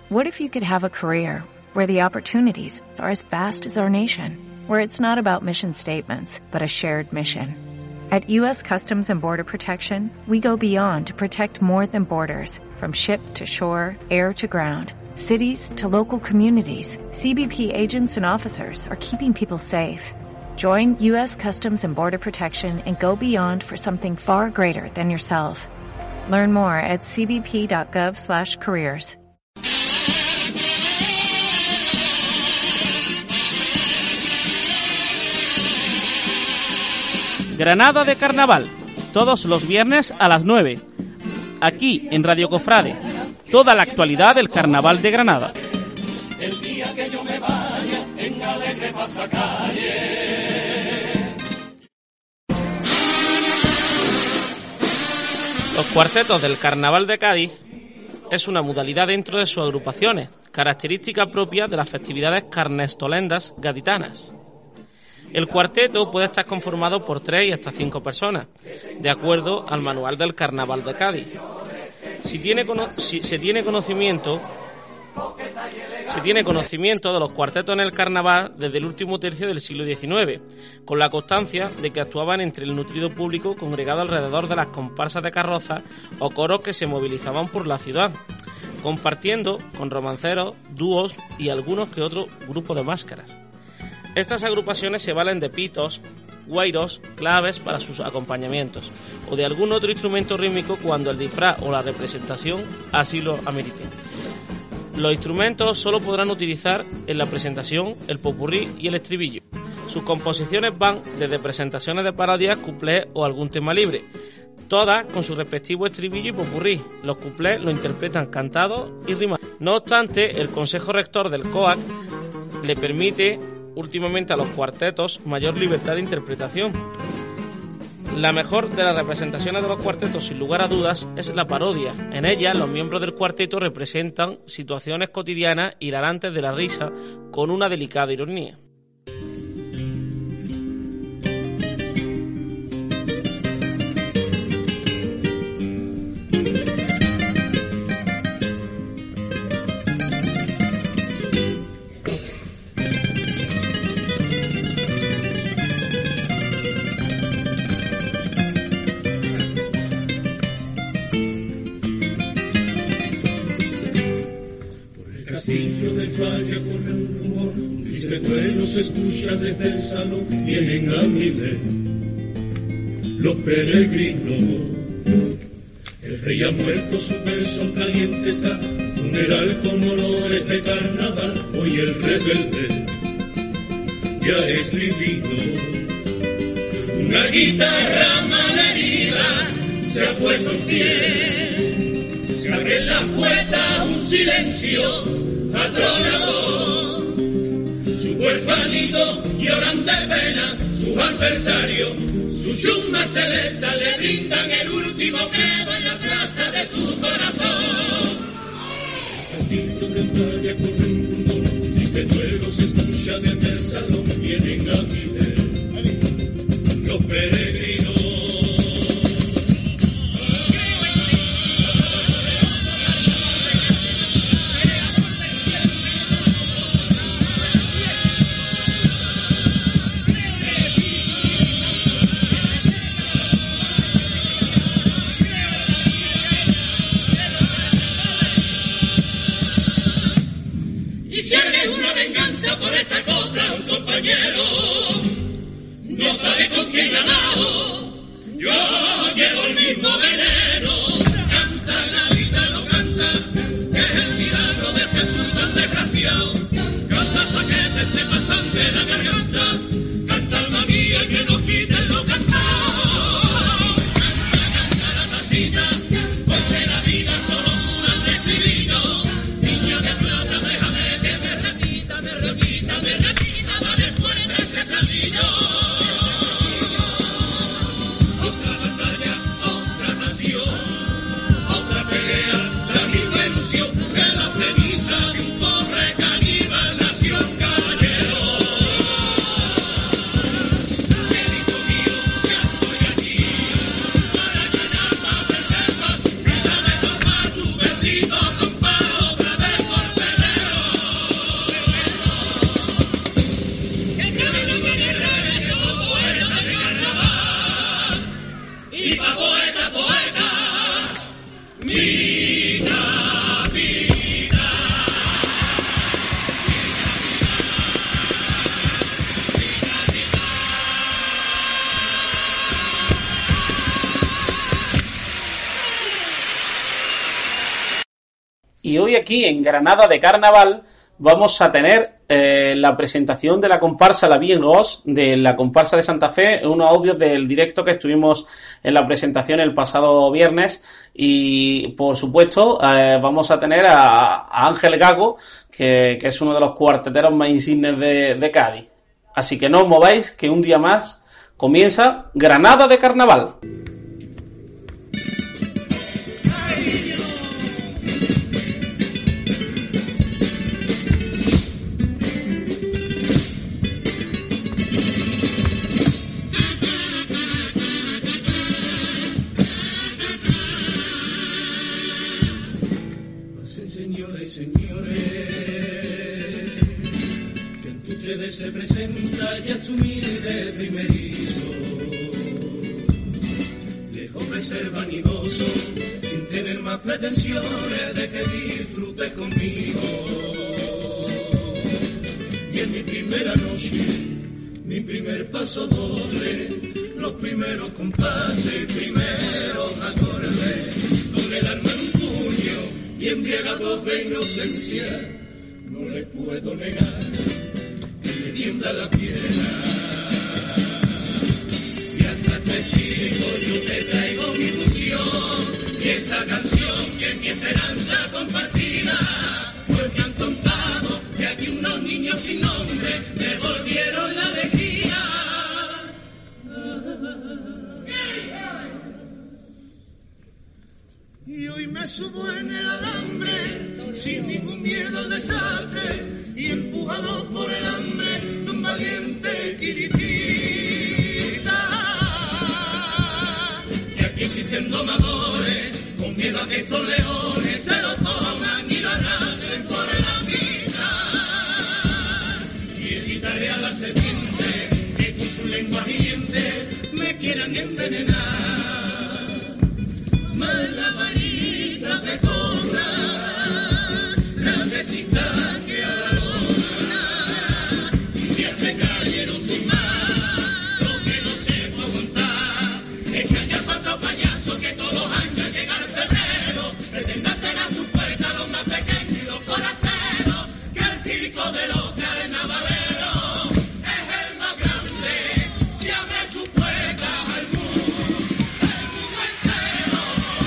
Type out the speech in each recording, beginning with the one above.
What if you could have a career where the opportunities are as vast as our nation, where it's not about mission statements, but a shared mission? At U.S. Customs and Border Protection, we go beyond to protect more than borders, from ship to shore, air to ground, cities to local communities. CBP agents and officers are keeping people safe. Join U.S. Customs and Border Protection and go beyond for something far greater than yourself. Learn more at cbp.gov/careers. Granada de Carnaval, todos los viernes a las 9. Aquí en Radio Cofrade, toda la actualidad del Carnaval de Granada. El día que yo me vaya en alegre pasacalle. Los cuartetos del Carnaval de Cádiz es una modalidad dentro de sus agrupaciones, característica propia de las festividades carnestolendas gaditanas. El cuarteto puede estar conformado por 3 y hasta 5 personas, de acuerdo al Manual del Carnaval de Cádiz. Se tiene conocimiento de los cuartetos en el carnaval desde el último tercio del siglo XIX, con la constancia de que actuaban entre el nutrido público congregado alrededor de las comparsas de carrozas o coros que se movilizaban por la ciudad, compartiendo con romanceros, dúos y algunos que otros grupos de máscaras. Estas agrupaciones se valen de pitos, güeiros, claves para sus acompañamientos, o de algún otro instrumento rítmico cuando el disfraz o la representación así lo ameriten. Los instrumentos solo podrán utilizar en la presentación el popurrí y el estribillo. Sus composiciones van desde presentaciones de parodias, cuplés o algún tema libre, todas con su respectivo estribillo y popurrí. Los cuplés lo interpretan cantados y rimados. No obstante, el Consejo Rector del COAC le permite últimamente a los cuartetos mayor libertad de interpretación. La mejor de las representaciones de los cuartetos, sin lugar a dudas, es la parodia. En ella, los miembros del cuarteto representan situaciones cotidianas hilarantes de la risa con una delicada ironía. Se escucha desde el salón, vienen a Miles los peregrinos. El rey ha muerto, su persona caliente está, funeral con olores de carnaval. Hoy el rebelde ya ha escribido una guitarra malherida, se ha puesto en pie, se abre en la puerta un silencio atronador. Huerfanito lloran de pena, sus adversarios, su chumba selecta le brindan el último credo en la plaza de su corazón. Castillo de playa con un rumor, triste duelo se escucha desde el salón, vienen a Miles los peregrinos. Por esta copla un compañero no sabe con quién ha dado, yo llevo el mismo veneno. Canta gaditano, canta, que es el milagro de Jesús tan desgraciado. Canta hasta que te sepa sangre la garganta, canta alma mía que nos quiten lo cantado. Canta la tacita, porque la vida solo dura un estribillo. Niña de plata, déjame que me repita, dale fuerte a ese platillo. Otra batalla, otra nación. y hoy aquí en Granada de Carnaval vamos a tener la presentación de la comparsa La Bien Ros, de la comparsa de Santa Fe, unos audios del directo que estuvimos en la presentación el pasado viernes, y por supuesto vamos a tener a Ángel Gago, que es uno de los cuarteteros más insignes de Cádiz. Así que no os mováis, que un día más comienza Granada de Carnaval. Se presenta ya su humilde primerizo, lejos de ser vanidoso, sin tener más pretensiones de que disfrutes conmigo. Y en mi primera noche, mi primer paso doble, los primeros compases, primeros acordes, con el alma en un puño y embriagados de inocencia, no le puedo negar. Me tiembla la pierna y hasta este chico yo te traigo mi ilusión y esta canción que es mi esperanza compartida, pues me han contado que aquí unos niños sin nombre me volvieron la alegría. Y hoy me subo en el alambre sin ningún miedo al desastre y empujado por el hambre de un valiente quiripita. Y aquí existen domadores con miedo a que estos leones se lo toman y lo arrastren por la pista. Y evitaré a la serpiente que con su lengua hiriente me quieran envenenar. Más la varita de cobra, la necesita que a la lona, ya se cayeron sin más. Lo que no se puede aguantar es que haya cuatro payasos que todos los años llegar a febrero pretendan hacer a su puerta los más pequeños y los forasteros, que el circo de los carnavaleros es el más grande, si abre sus puertas al mundo entero.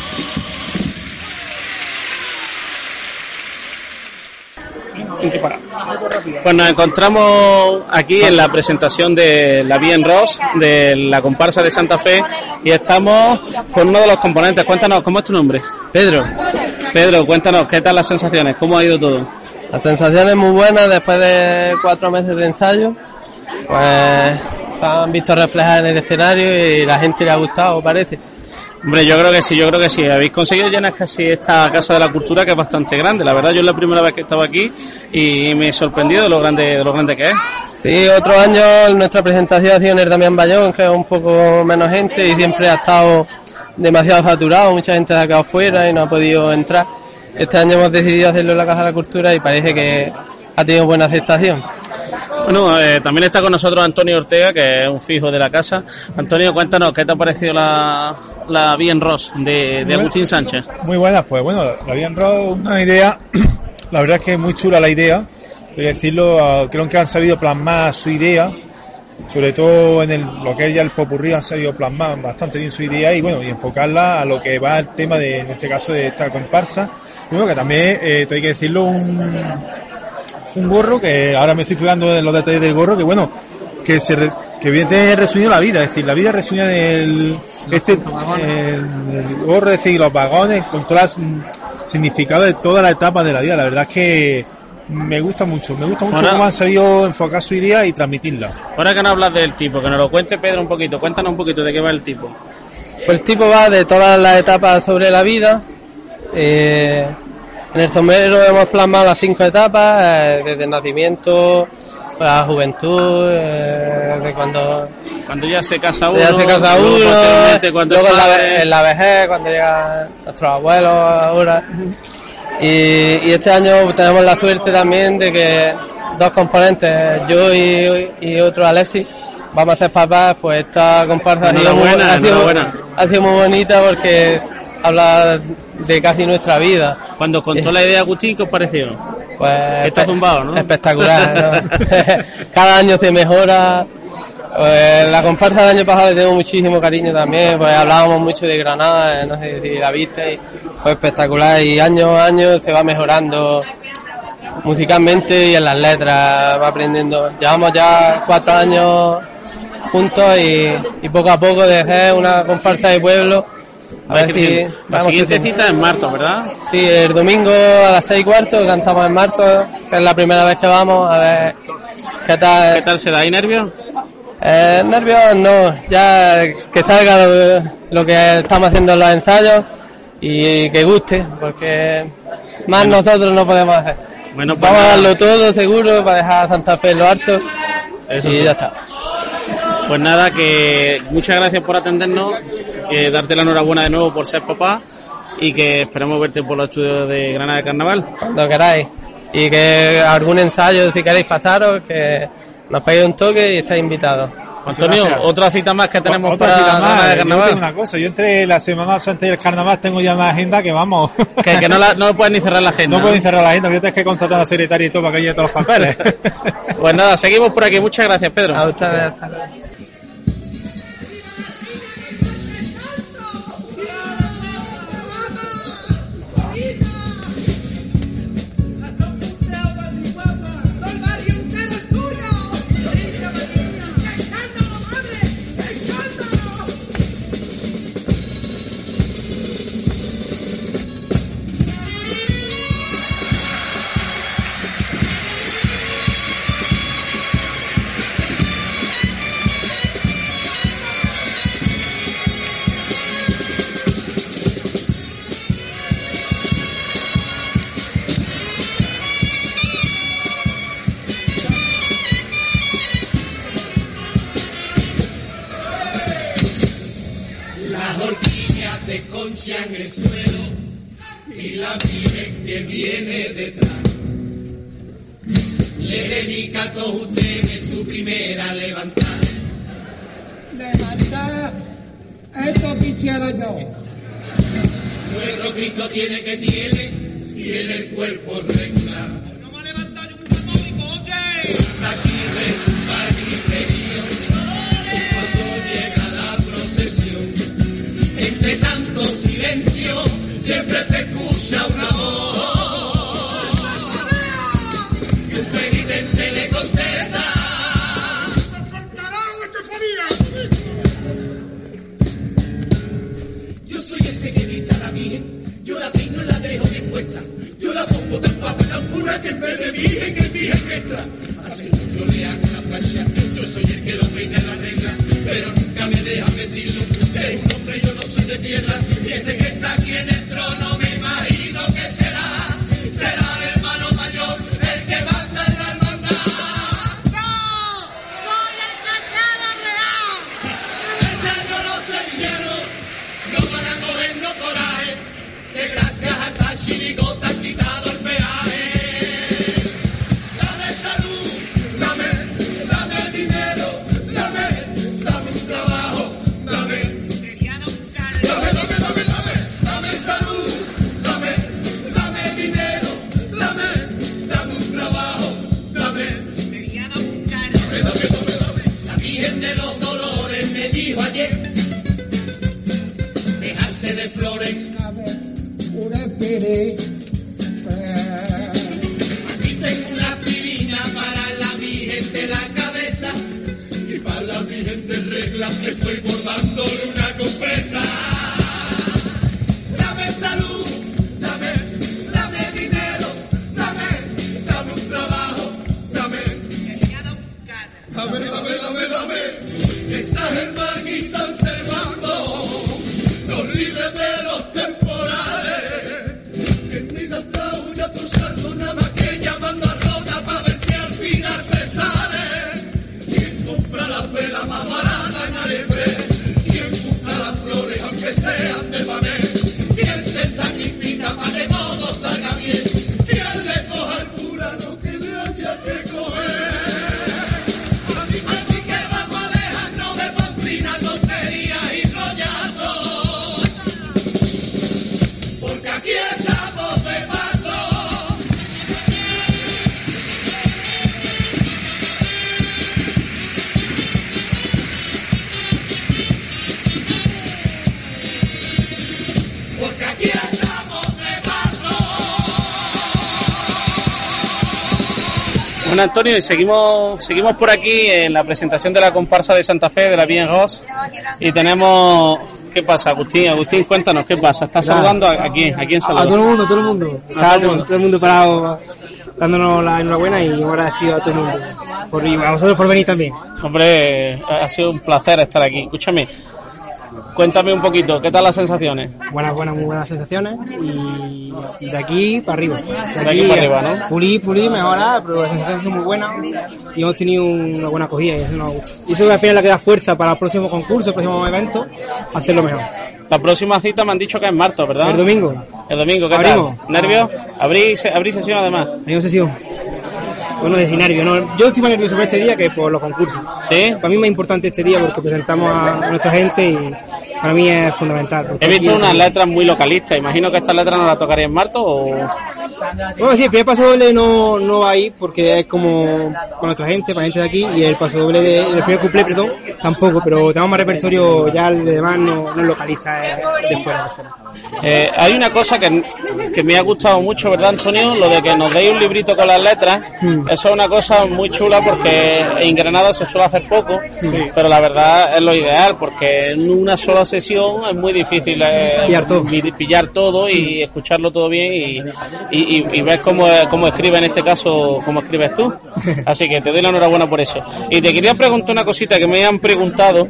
Pues nos encontramos aquí en la presentación de La Bien Ros, de la comparsa de Santa Fe, y estamos con uno de los componentes. Cuéntanos, ¿cómo es tu nombre? Pedro, Cuéntanos, ¿qué tal las sensaciones? ¿Cómo ha ido todo? las sensaciones muy buenas después de 4 meses de ensayo, pues se han visto reflejadas en el escenario y la gente le ha gustado, parece. Hombre, yo creo que sí. Habéis conseguido llenar casi esta Casa de la Cultura, que es bastante grande. La verdad, yo es la primera vez que estaba aquí y me he sorprendido de lo grande que es. Sí, otros años nuestra presentación ha sido en el Damián Bayón, que es un poco menos gente y siempre ha estado demasiado saturado, mucha gente se ha quedado fuera y no ha podido entrar. Este año hemos decidido hacerlo en la Casa de la Cultura y parece que ha tenido buena aceptación. Bueno, también está con nosotros Antonio Ortega, que es un fijo de la casa. Antonio, cuéntanos, ¿qué te ha parecido la Bien Ros de Agustín Sánchez? Muy buena, pues bueno, la Bien Ros, una idea, la verdad es que es muy chula la idea, voy a decirlo, creo que han sabido plasmar su idea, sobre todo en lo que es ya el popurrí, han sabido plasmar bastante bien su idea y bueno, y enfocarla a lo que va el tema de, en este caso, de esta comparsa. Bueno, que también, hay que decirlo, un gorro, que ahora me estoy fijando en los detalles del gorro, que bueno, que viene resumido la vida, es decir, la vida resumida del el gorro, es decir, los vagones, con todo el significado de toda la etapa de la vida. La verdad es que me gusta mucho cómo han sabido enfocar su idea y transmitirla. Ahora que no hablas del tipo, que nos lo cuente Pedro un poquito, cuéntanos un poquito de qué va el tipo. Pues el tipo va de todas las etapas sobre la vida. En el sombrero hemos plasmado las 5 etapas, desde el nacimiento, la juventud, de cuando ya se casa uno, luego en la vejez, cuando llegan nuestros abuelos ahora. Y este año tenemos la suerte también de que 2 componentes, yo y otro Alexis, vamos a ser papás. Pues esta comparsa ha sido muy bonita porque habla de casi nuestra vida. Cuando contó la idea Agustín, ¿qué os pareció? Pues está zumbado, ¿no? Espectacular, ¿no? Cada año se mejora. Pues la comparsa del año pasado le tengo muchísimo cariño también, pues hablábamos mucho de Granada, no sé si la visteis, fue espectacular y año a año se va mejorando musicalmente y en las letras, va aprendiendo. Llevamos ya 4 años juntos y poco a poco desde una comparsa de pueblo. La siguiente cita es en Martos, ¿verdad? Sí, el domingo a las 6:15 cantamos en Martos, que es la primera vez que vamos, a ver qué tal. ¿Qué tal se da? ¿Hay nervios? Nervios no, ya que salga lo que estamos haciendo en los ensayos y que guste, porque más nosotros no podemos hacer. Bueno, pues vamos a darlo todo seguro para dejar a Santa Fe en lo alto. Eso y sí. Ya está. Pues nada, que muchas gracias por atendernos, que darte la enhorabuena de nuevo por ser papá y que esperamos verte por los estudios de Granada de Carnaval. Cuando queráis. Y que algún ensayo, si queréis pasaros, que nos peguéis un toque y estáis invitados. Antonio, otra cita más que tenemos otra para cita más. de Carnaval. Yo tengo una cosa, yo entre la Semana Santa y el Carnaval tengo ya una agenda que vamos. Que no puedes ni cerrar la agenda. No puedes ni cerrar la agenda, yo tengo que contratar a la secretaria y todo para que lleve todos los papeles. Pues nada, seguimos por aquí. Muchas gracias, Pedro. A ustedes, hasta luego. En el suelo y la Virgen que viene detrás le dedica a todos ustedes su primera levantada. Levantar, esto quisiera yo. Nuestro Cristo tiene el cuerpo regular. No me ha levantado yo un católico, oye. Hasta aquí retumba el griterío cuando llega la procesión. Entre tanto silencio siempre se escucha una voz y un penitente le contesta: yo soy ese que grita a la Virgen, yo la peino y la dejo bien puesta, yo la pongo tan guapa, tan pura que en vez de virgen es virgen extra. Así yo le hago la plancha, yo soy el que lo peina en la regla, pero nunca me deja vestirlo, que es un hombre, yo no soy de piedra, y ese que está aquí en el trono me imagino que será el hermano mayor, el que manda en la hermandad. ¡No! ¡Soy el cantado real! Este año los sevilleros no van a cogernos coraje, que gracias a esta chirigota han quitado el peaje. Dame salud, dame dinero, dame un trabajo, dame salud, dame dinero, dame un trabajo, dame. La Virgen de los Dolores me dijo ayer dejarse de flores. Un espíritu. Aquí tengo una aspirina para la Virgen de la cabeza y para la Virgen de regla estoy bordándole una compresa. Dame salud, dame dinero, dame un trabajo, dame. Esa Germán y San Servando nos libre de los temporales, que Bueno, Antonio, y seguimos por aquí en la presentación de la comparsa de Santa Fe, de la Bien Ross, y tenemos... ¿Qué pasa, Agustín? Agustín, cuéntanos, ¿qué pasa? ¿Estás saludando a quién? ¿A quién saludas? A todo el mundo. Todo el mundo parado, dándonos la enhorabuena y yo agradecido a todo el mundo. Y a vosotros por venir también. Hombre, ha sido un placer estar aquí. Escúchame, cuéntame un poquito, ¿qué tal las sensaciones? Muy buenas sensaciones y de aquí para arriba. De aquí para arriba, ¿no? Pulir, mejorar, pero las sensaciones son muy buenas y hemos tenido una buena acogida y eso nos gusta. Y eso al final le da fuerza para el próximo concurso, el próximo evento, hacerlo mejor. La próxima cita me han dicho que es martes, ¿verdad? El domingo. El domingo, ¿qué Abrimos. tal? ¿Nervios? ¿Abrí sesión además? Abrimos sesión. Bueno, de sin nervios, ¿no? Yo estoy más nervioso por este día que por los concursos. ¿Sí? Para mí es más importante este día porque presentamos a nuestra gente y para mí es fundamental. He visto unas letras muy localistas. Imagino que estas letras no las tocaría en Marto o... Bueno, sí, el primer paso doble no va ahí porque es como para nuestra gente, para gente de aquí, y el paso doble el primer cuplé, perdón, tampoco, pero tenemos más repertorio, ya el de demás no es localista, es de fuera. Hay una cosa que me ha gustado mucho, ¿verdad, Antonio? Lo de que nos deis un librito con las letras. Eso es una cosa muy chula porque en Granada se suele hacer poco, pero la verdad es lo ideal porque en una sola sesión es muy difícil pillar todo y escucharlo todo bien y ver cómo escribe en este caso, cómo escribes tú. Así que te doy la enhorabuena por eso. Y te quería preguntar una cosita que me han preguntado.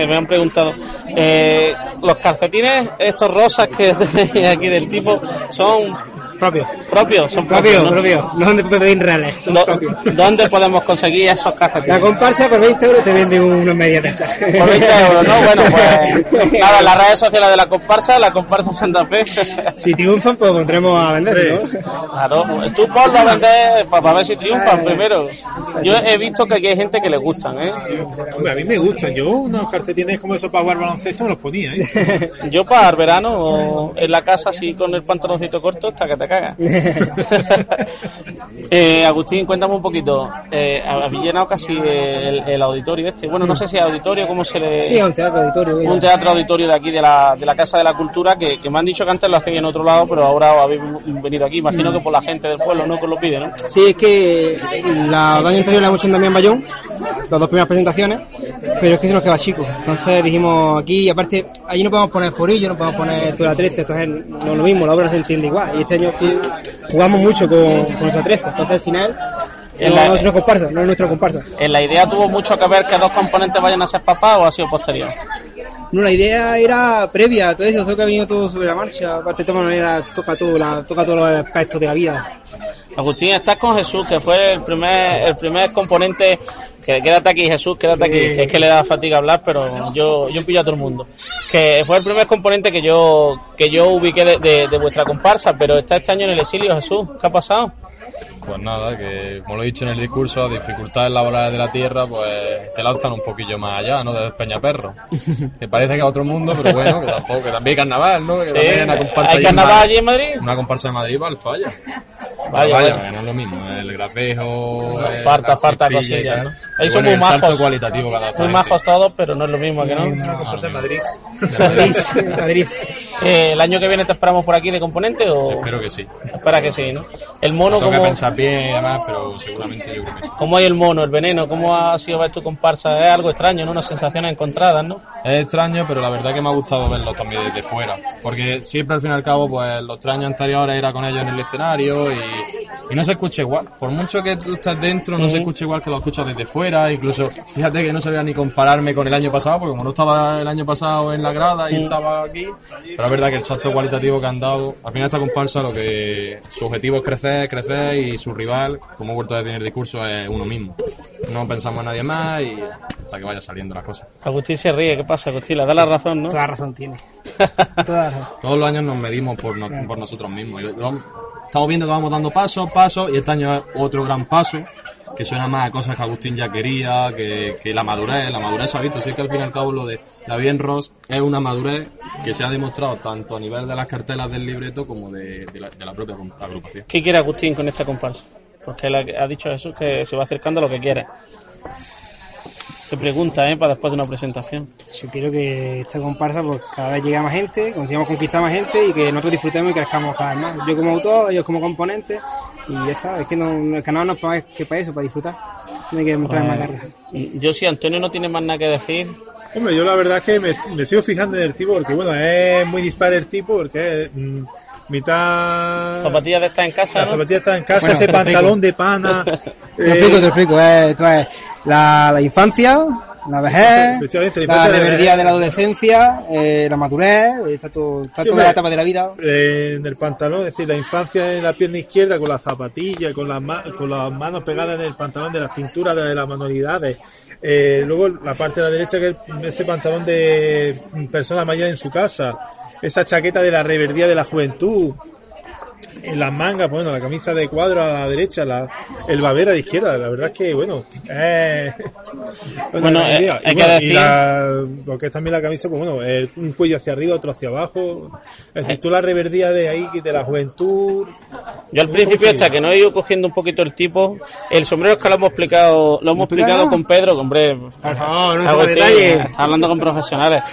Los calcetines, estos rosas que tenéis aquí del tipo, son propios, son propios, ¿no? No son de Pepe Reales, son propios. ¿Dónde podemos conseguir esos calcetines? La comparsa por 20 euros te vende unos medias de estas. Por 20 euros, ¿no? Bueno, pues nada, en las redes sociales de la comparsa Santa Fe. Si triunfan, pues pondremos a vender, ¿no? Claro, tú ponlo a vender para ver si triunfan primero. Yo he visto que aquí hay gente que le gustan, ¿eh? Hombre, a mí me gustan. Yo unos calcetines como esos para jugar baloncesto me los ponía, ¿eh? Yo para el verano en la casa así con el pantaloncito corto hasta que te cagas. Agustín, cuéntame un poquito. Habéis llenado casi el auditorio este. Bueno, no sé si es auditorio, ¿cómo se le...? Sí, es un teatro auditorio. Un teatro auditorio de aquí, de la Casa de la Cultura, que me han dicho que antes lo hacéis en otro lado, pero ahora habéis venido aquí. Imagino que por la gente del pueblo, ¿no? Que os lo pide, ¿no? Sí, es que la año anterior la hemos hecho en Damián Bayón, las dos primeras presentaciones, pero es que se nos queda chico. Entonces dijimos aquí, y aparte, allí no podemos poner forillo, no podemos poner toda la 13, entonces no es lo mismo, la obra se entiende igual. Y este año jugamos mucho con nuestra 13, entonces sin él no es una comparsa, no es nuestra comparsa. ¿En la idea tuvo mucho que ver que dos componentes vayan a ser papás o ha sido posterior? No, la idea era previa a todo eso, creo que ha venido todo sobre la marcha, aparte de todas maneras toca todos los aspectos de la vida. Agustín, estás con Jesús, que fue el primer componente. Quédate aquí, Jesús, quédate aquí, que es que le da fatiga hablar, pero yo pillo a todo el mundo. Que fue el primer componente que yo ubiqué de vuestra comparsa, pero está este año en el exilio, Jesús. ¿Qué ha pasado? Pues nada, que como lo he dicho en el discurso, dificultades laborales de la tierra, pues te lanzan un poquillo más allá, ¿no? De Peñaperro. Que parece que es otro mundo, pero bueno, que tampoco, que también hay carnaval, ¿no? Que sí, también hay una comparsa ¿hay carnaval allí en Madrid? Una comparsa de Madrid va al Falla. Vaya, que no es lo mismo, el grafejo, falta cosillas, ¿no? Ahí son muy majos, muy majos todos, pero no es lo mismo, que no. Una comparsa de Madrid. Madrid. ¿El año que viene te esperamos por aquí de componente o...? Espero que sí. Espera que sí, ¿no? El mono, tengo como... que pensar bien y demás, pero seguramente yo creo que sí. ¿Cómo hay el mono, el veneno? ¿Cómo ha sido ver tu comparsa? Es algo extraño, ¿no? Unas sensaciones encontradas, ¿no? Es extraño, pero la verdad que me ha gustado verlos también desde fuera. Porque siempre, al fin y al cabo, pues los 3 años anteriores era con ellos en el escenario y no se escucha igual. Por mucho que tú estés dentro, no se escucha igual que lo escuchas desde fuera. Incluso, fíjate que no sabía ni compararme con el año pasado, porque como no estaba el año pasado en la grada y estaba aquí, pero es verdad que el salto cualitativo que han dado, al final esta comparsa, lo que su objetivo es crecer y su rival, como he vuelto a decir en el discurso, es uno mismo. No pensamos en nadie más y hasta que vaya saliendo las cosas. Agustín se ríe, ¿qué pasa, Agustín? Le da la razón, ¿no? Toda la razón tiene. Toda la razón. Todos los años nos medimos por nosotros mismos. Estamos viendo que vamos dando pasos y este año es otro gran paso, que suena más a cosas que Agustín ya quería, que la madurez se ha visto. Sí, que al fin y al cabo lo de la Bien Ross es una madurez que se ha demostrado tanto a nivel de las cartelas del libreto como de la propia agrupación. ¿Qué quiere Agustín con esta comparsa? Porque él ha dicho Jesús que se va acercando a lo que quiere. Qué pregunta, para después de una presentación. Yo quiero que esta comparsa pues cada vez llegue a más gente, consigamos conquistar más gente y que nosotros disfrutemos y crezcamos cada vez más. Yo como autor, ellos como componente, y ya está, es que el canal no es para eso, para disfrutar. No hay que mostrar más carga. Yo si Antonio no tiene más nada que decir. Hombre, yo la verdad es que me sigo fijando en el tipo, porque bueno, es muy dispar el tipo, porque es mitad... Zapatillas de estar en casa, La ¿no? zapatilla está en casa, Bueno, ese te pantalón de pana... Te explico, esto es la infancia, la vejez, Efectivamente, la reverdía de la adolescencia, la madurez, está toda la etapa de la vida. En el pantalón, es decir, la infancia en la pierna izquierda con las zapatillas, con las manos pegadas en el pantalón de las pinturas de las manualidades. Luego la parte de la derecha, que es ese pantalón de persona mayor en su casa, esa chaqueta de la reverdía de la juventud. En las mangas, bueno, la camisa de cuadro a la derecha, el babero a la izquierda. La verdad es que, bueno, hay que decir... lo que es también la camisa, pues bueno, un cuello hacia arriba, otro hacia abajo. Es decir, tú la reverdía de ahí, de la juventud... Yo al principio, hasta que no he ido cogiendo un poquito el tipo, el sombrero es que lo hemos explicado con Pedro, hombre, Por favor, no Agustín, detalles. está hablando con profesionales.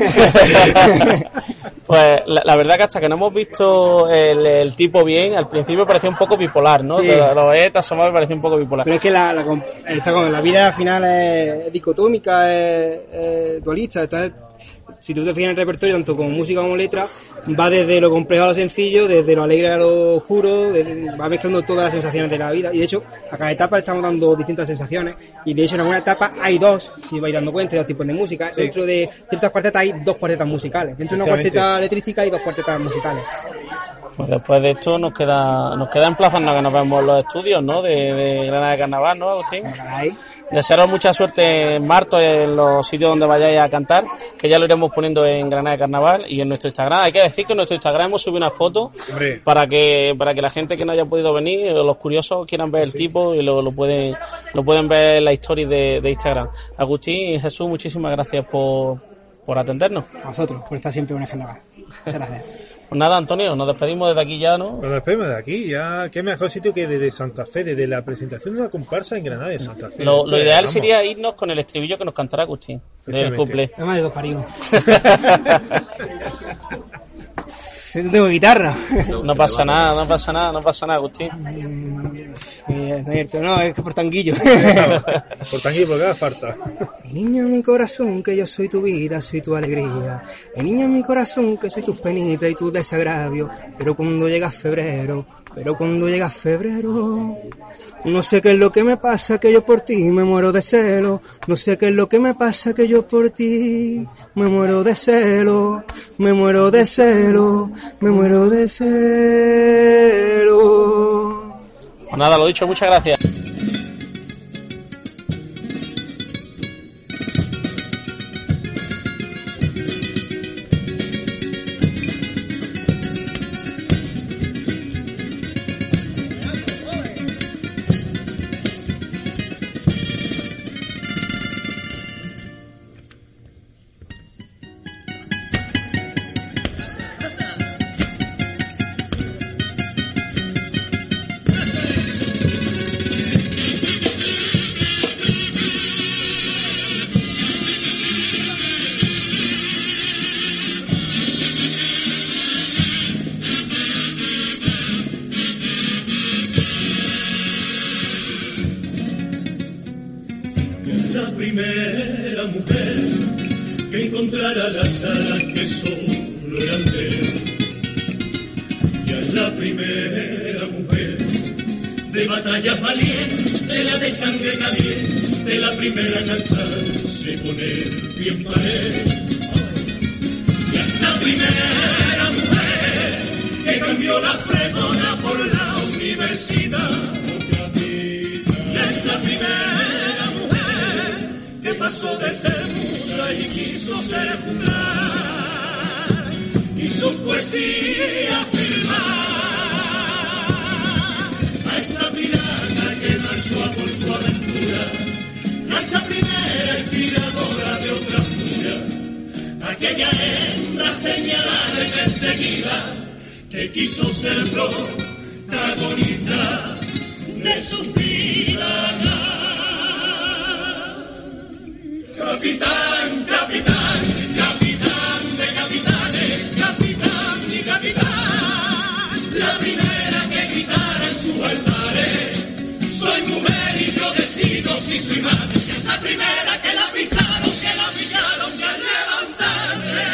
Pues la verdad que hasta que no hemos visto el tipo bien, al principio parecía un poco bipolar, ¿no? Sí. Lo ves, te asomabas y parecía un poco bipolar. Pero es que la vida al final es dicotómica, es dualista. Entonces, si tú te fijas en el repertorio, tanto como música como letra, va desde lo complejo a lo sencillo, desde lo alegre a lo oscuro, va mezclando todas las sensaciones de la vida. Y de hecho, a cada etapa le estamos dando distintas sensaciones. Y de hecho, en alguna etapa hay dos, si vais dando cuenta, dos tipos de música. Sí. Dentro de ciertas cuartetas hay dos cuartetas musicales. Dentro de una cuarteta letrística hay dos cuartetas musicales. Pues después de esto nos queda emplazarnos a que nos vemos en los estudios, ¿no? De Granada de Carnaval, ¿no, Agustín? Desearos mucha suerte en marzo en los sitios donde vayáis a cantar, que ya lo iremos poniendo en Granada de Carnaval y en nuestro Instagram. Hay que decir que en nuestro Instagram hemos subido una foto para que la gente que no haya podido venir, o los curiosos quieran ver el tipo y lo pueden ver en la story de Instagram. Agustín y Jesús, muchísimas gracias por atendernos. A vosotros, por estar siempre en el carnaval. Muchas gracias. Pues nada, Antonio, nos despedimos desde aquí ya, ¿no? Nos despedimos de aquí, ya. Qué mejor sitio que desde Santa Fe, desde la presentación de una comparsa en Granada de Santa Fe. Lo ideal sería irnos con el estribillo que nos cantará Agustín, del cumple. No me digo parido. No tengo guitarra. No pasa nada, Agustín. No, es que por tanguillo. Por tanguillo, porque haga falta. Niña en mi corazón, que yo soy tu vida, soy tu alegría. Niña en mi corazón, que soy tus penitas y tu desagravio. Pero cuando llega febrero, no sé qué es lo que me pasa, que yo por ti me muero de celo. No sé qué es lo que me pasa, que yo por ti me muero de celo. Me muero de celo. Pues nada, lo dicho, muchas gracias. Primera mujer que encontrara las alas que solo eran de él. Ya es la primera mujer de batalla valiente, la de sangre caliente, la primera en alzarse con el pie en pared. Y esa primera mujer que cambió la pregona por la universidad. Y esa primera mujer que pasó de ser musa y quiso ser juglar, y su poesía firmar. A esa pirata que marchó a por su aventura, a esa primera inspiradora de otra fusia, aquella hembra señalada y perseguida que quiso ser protagonista de su vida. Soy mujer y yo decido si soy madre. Y esa primera que la pisaron, que la pillaron, que al levantarse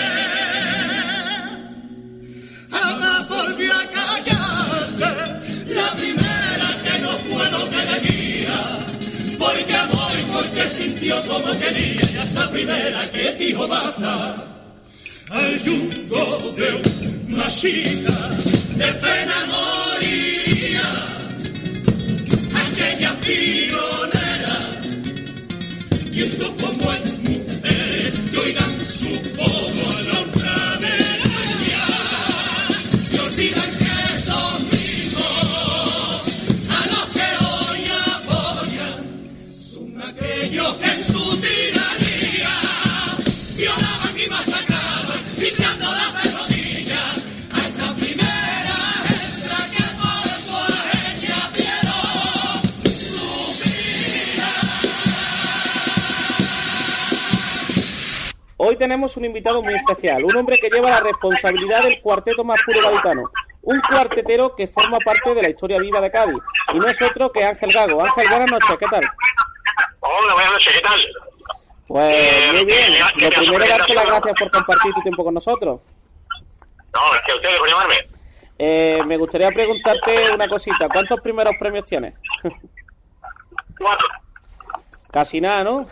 jamás volvió a callarse. La primera que no fue lo que debía, porque amor y porque sintió como quería. Y esa primera que dijo basta al yugo de un machista, de pena moría aquella pionera. Y esto como es mujer, que oigan su poco a la ultraderecha, y olvidan que son mismos a los que hoy apoyan, son aquellos que en su tiranía violaban y masacraban, limpiándolas de rodillas a esa primera extra que por su ella dieron su vida. Hoy tenemos un invitado muy especial, un hombre que lleva la responsabilidad del cuarteto más puro gaditano, un cuartetero que forma parte de la historia viva de Cádiz, y no es otro que Ángel Gago. Ángel, buenas noches, ¿qué tal? Hola, buenas noches, ¿qué tal? Pues muy bien, lo primero darte las gracias por compartir tu tiempo con nosotros. No, gracias a ustedes por llamarme. Me gustaría preguntarte una cosita, ¿cuántos primeros premios tienes? 4. Casi nada, ¿no?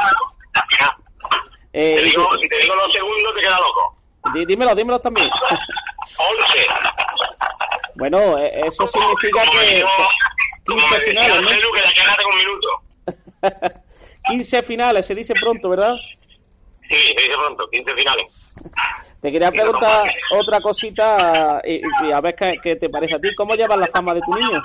Si te digo los segundos, te queda loco. Dímelo también. 11. Bueno, eso significa que 15 finales, ¿no? Que la queda tengo un minuto. 15 finales, se dice pronto, ¿verdad? Sí, se dice pronto, 15 finales. Te quería preguntar otra cosita y a ver qué te parece a ti. ¿Cómo llevas la fama de tu niño?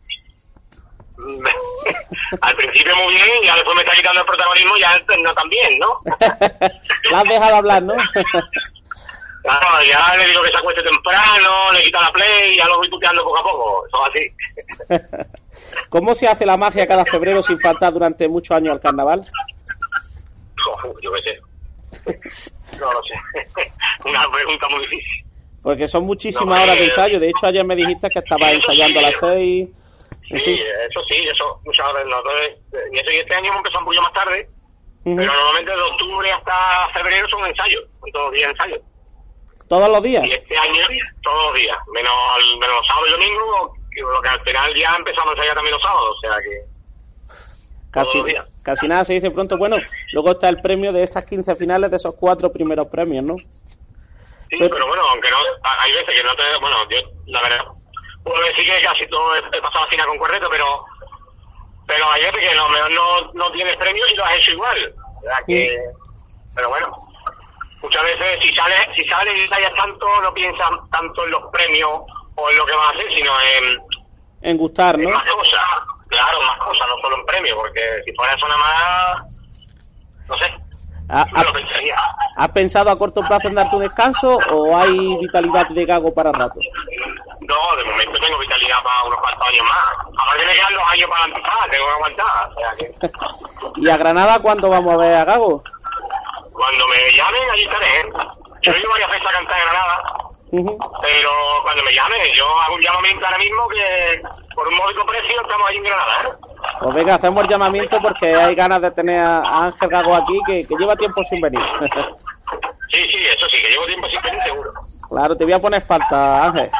Al principio muy bien, y ya después me está quitando el protagonismo, ya no tan bien, ¿no? La has dejado hablar, ¿no? Claro, ya le digo que se acueste temprano, le quita la play, ya lo voy tuteando poco a poco, eso es así. ¿Cómo se hace la magia cada febrero sin faltar durante muchos años al carnaval? Yo qué sé. No lo sé. Una pregunta muy difícil. Porque son muchísimas horas de ensayo. De hecho, ayer me dijiste que estabas ensayando a las 6. Sí, eso muchas horas. Y este año hemos empezado un poquito más tarde, pero normalmente de octubre hasta febrero son ensayos, son todos los días ensayos. ¿Todos los días? Y este año todos los días, menos los sábados y domingos, lo que al final ya empezamos a ensayar también los sábados, o sea que... Casi nada se dice pronto. Bueno, luego está el premio de esas 15 finales, de esos 4 primeros premios, ¿no? Sí, pero bueno, aunque no, hay veces que no te... Bueno, yo, la verdad, puedo decir que casi todo he pasado a final con cuarteto, pero hay veces que a lo mejor no tienes premios y lo has hecho igual, ¿verdad? Que, pero bueno, muchas veces si sales y tallas tanto, no piensas tanto en los premios o en lo que vas a hacer, sino en gustar, ¿no? En más cosas, claro, más cosas, no solo en premios, porque si fuera eso nada más, no sé, no lo pensaría. ¿Has pensado a corto plazo en darte un descanso o hay vitalidad de Gago para rato? No, de momento tengo vitalidad para unos cuantos años más. Aparte me quedan 2 años para empezar, tengo que aguantar. O sea que... ¿Y a Granada cuándo vamos a ver a Gago? Cuando me llamen, allí estaré. Yo he ido varias veces a cantar en Granada, pero cuando me llamen, yo hago un llamamiento ahora mismo que por un módico precio estamos allí en Granada, Pues venga, hacemos el llamamiento porque hay ganas de tener a Ángel Gago aquí, que lleva tiempo sin venir. Sí, eso sí, que llevo tiempo sin venir seguro. Claro, te voy a poner falta, Ángel.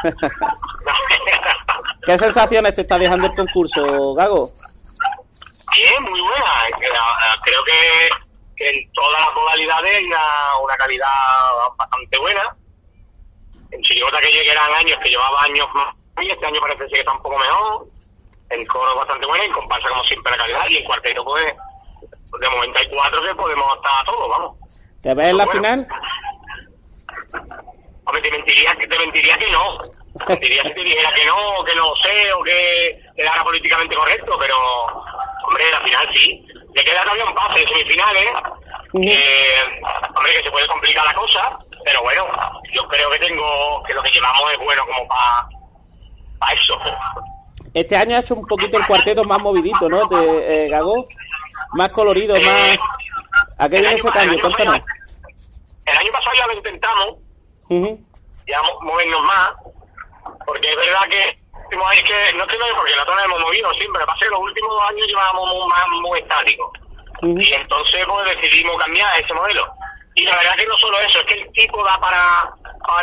¿Qué sensaciones te está dejando el concurso, Gago? Bien, muy buena. Creo que en todas las modalidades hay una calidad bastante buena. En chirigota que llegué eran años que llevaba años más, y este año parece que está un poco mejor. En coro bastante buena, en comparsa como siempre la calidad, y en cuarteto pues de momento hay 4 que podemos estar a todos, vamos. ¿Te ves en la final? Hombre, te mentiría que no. Mentiría si te dijera que no sé, o que quedara políticamente correcto, pero hombre, la final sí. Le queda todavía un pase de semifinales, hombre, que se puede complicar la cosa, pero bueno, yo creo que lo que llevamos es bueno como para eso. Este año ha hecho un poquito el cuarteto más movidito, ¿no? Gago, más colorido, más... ¿A qué viene ese cambio? Cuéntanos. El año pasado ya lo intentamos, ya movernos más, porque es verdad que últimos años, que no porque la zona hemos movido siempre, pasa que los últimos 2 años llevábamos muy estáticos. Y entonces pues decidimos cambiar ese modelo. Y la verdad que no solo eso, es que el tipo da para